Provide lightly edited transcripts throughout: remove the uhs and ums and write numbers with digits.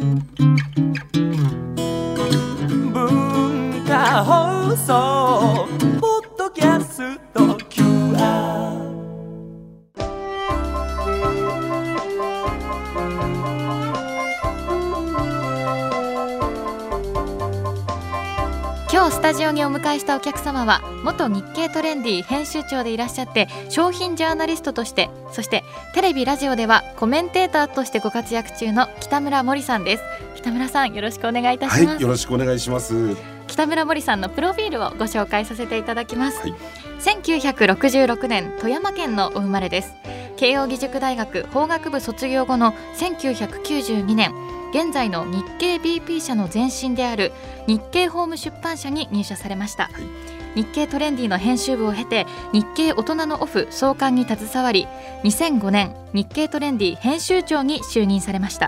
文化放送ポッドキャスト QR。 今日スタジオにお迎えしたお客様は元日経トレンディ編集長でいらっしゃって、商品ジャーナリストとして、そしてテレビラジオではコメンテーターとしてご活躍中の北村森さんです。北村さん、よろしくお願いいたします。 はい、よろしくお願いします。 北村森さんのプロフィールをご紹介させていただきます、 はい、 1966年富山県のお生まれです。慶應義塾大学法学部卒業後の1992年、現在の日経 BP 社の前身である日経ホーム出版社に入社されました、はい、日経トレンディの編集部を経て日経大人のオフ創刊に携わり、2005年日経トレンディ編集長に就任されました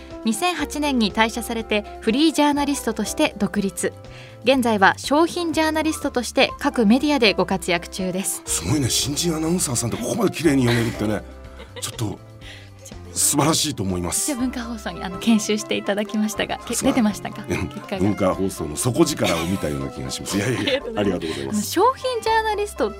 。2008年に退社されてフリージャーナリストとして独立、現在は商品ジャーナリストとして各メディアでご活躍中です。 すごいね、新人アナウンサーさんってここまで綺麗に読めるってね、ちょっと素晴らしいと思います。 文化放送に研修していただきましたが、出てましたか？ 文化放送の底力を見たような気がします。いやいやいや、ありがとうございます。 商品ジャーナリストって、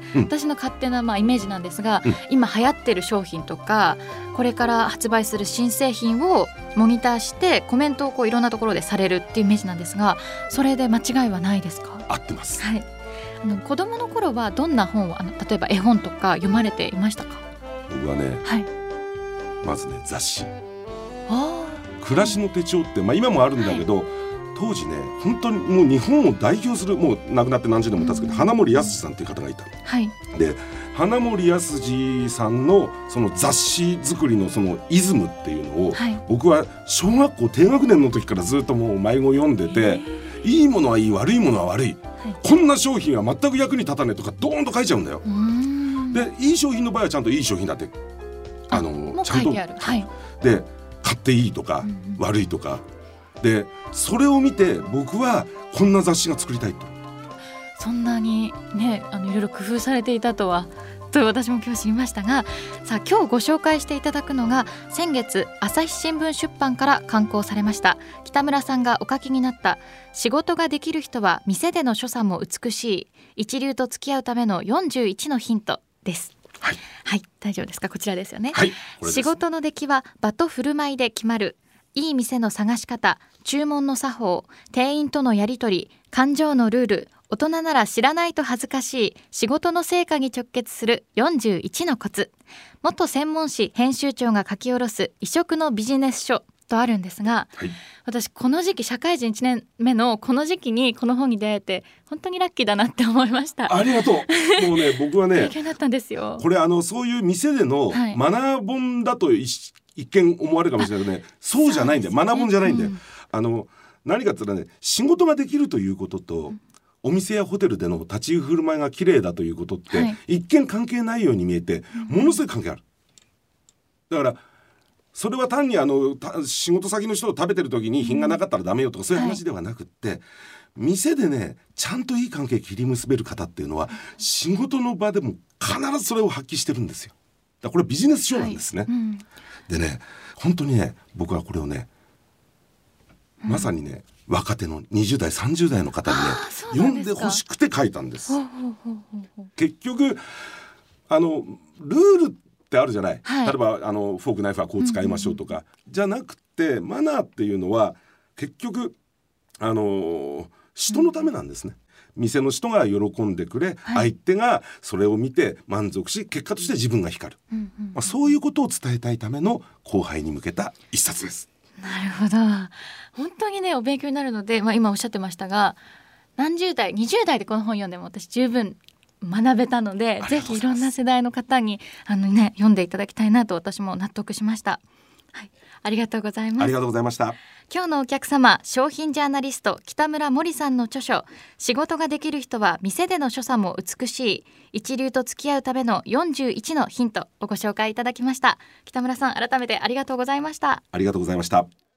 私の勝手なイメージなんですが、今流行ってる商品とかこれから発売する新製品をモニターしてコメントをいろんなところでされるっていうイメージなんですが、それで間違いはないですか？ 合ってます、 はい、子供の頃はどんな本を例えば絵本とか読まれていましたか？ 僕はね、 はい、 まずね、雑誌、暮らしの手帳って、今もあるんだけど、はい、当時ね、本当にもう日本を代表する、もう亡くなって何十年も経つけど、花森康さんっていう方がいた、はい、で花森康さんのその雑誌作りのそのイズムっていうのを、はい、僕は小学校低学年の時からずっともう迷子読んでて、いいものはいい、悪いものは悪い、はい、こんな商品は全く役に立たねえとかドーンと書いちゃうんだよ。で、いい商品の場合はちゃんといい商品だってちゃんと、はい、で買っていいとか、悪いとかで、それを見て僕はこんな雑誌が作りたいと。 そんなにね、いろいろ工夫されていたとはと私も今日知りましたが、さあ今日ご紹介していただくのが先月朝日新聞出版から刊行されました北村さんがお書きになった仕事ができる人は店での所作も美しい、一流と付き合うための41のヒントです。 はい、 はい、大丈夫ですか？こちらですよね。 はい、 仕事の出来は場と振る舞いで決まる、いい店の探し方、注文の作法、店員とのやり取り、感情のルール、大人なら知らないと恥ずかしい仕事の成果に直結する41のコツ、元専門誌編集長が書き下ろす異色のビジネス書とあるんですが、はい、私この時期、社会人1年目のこの時期にこの本に出会えて本当にラッキーだなって思いました。 ありがとう。もうね、僕はね、 経験だったんですよ。 これそういう店でのマナー本だと一見思われるかもしれないけどね、そうじゃないんだよ、マナー本じゃないんだよ、何かって言ったらね、仕事ができるということと、お店やホテルでの立ち居振る舞いが綺麗だということって、はい、一見関係ないように見えてものすごい関係ある。だからそれは単に仕事先の人を食べてる時に品がなかったらダメよとかそういう話ではなくって、はい、店でね、ちゃんといい関係切り結べる方っていうのは仕事の場でも必ずそれを発揮してるんですよ。だからこれはビジネス書なんですね、はい、でね、本当にね、僕はこれをね、まさにね、若手の20代30代の方にね、読んでほしくて書いたんです。結局ルールってあるじゃない、はい、例えばフォークナイフはこう使いましょうとか、じゃなくて、マナーっていうのは結局人のためなんですね。店の人が喜んでくれ、はい、相手がそれを見て満足し、結果として自分が光る、そういうことを伝えたいための後輩に向けた一冊です。 なるほど、本当にね、お勉強になるので、今おっしゃってましたが、何十代20代でこの本読んでも私十分学べたので、ぜひいろんな世代の方に読んでいただきたいなと私も納得しました。はい、ありがとうございます。 ありがとうございました。 今日のお客様、商品ジャーナリスト北村森さんの著書、仕事ができる人は店での所作も美しい、一流と付き合うための41のヒントをご紹介いただきました。北村さん、改めてありがとうございました。 ありがとうございました。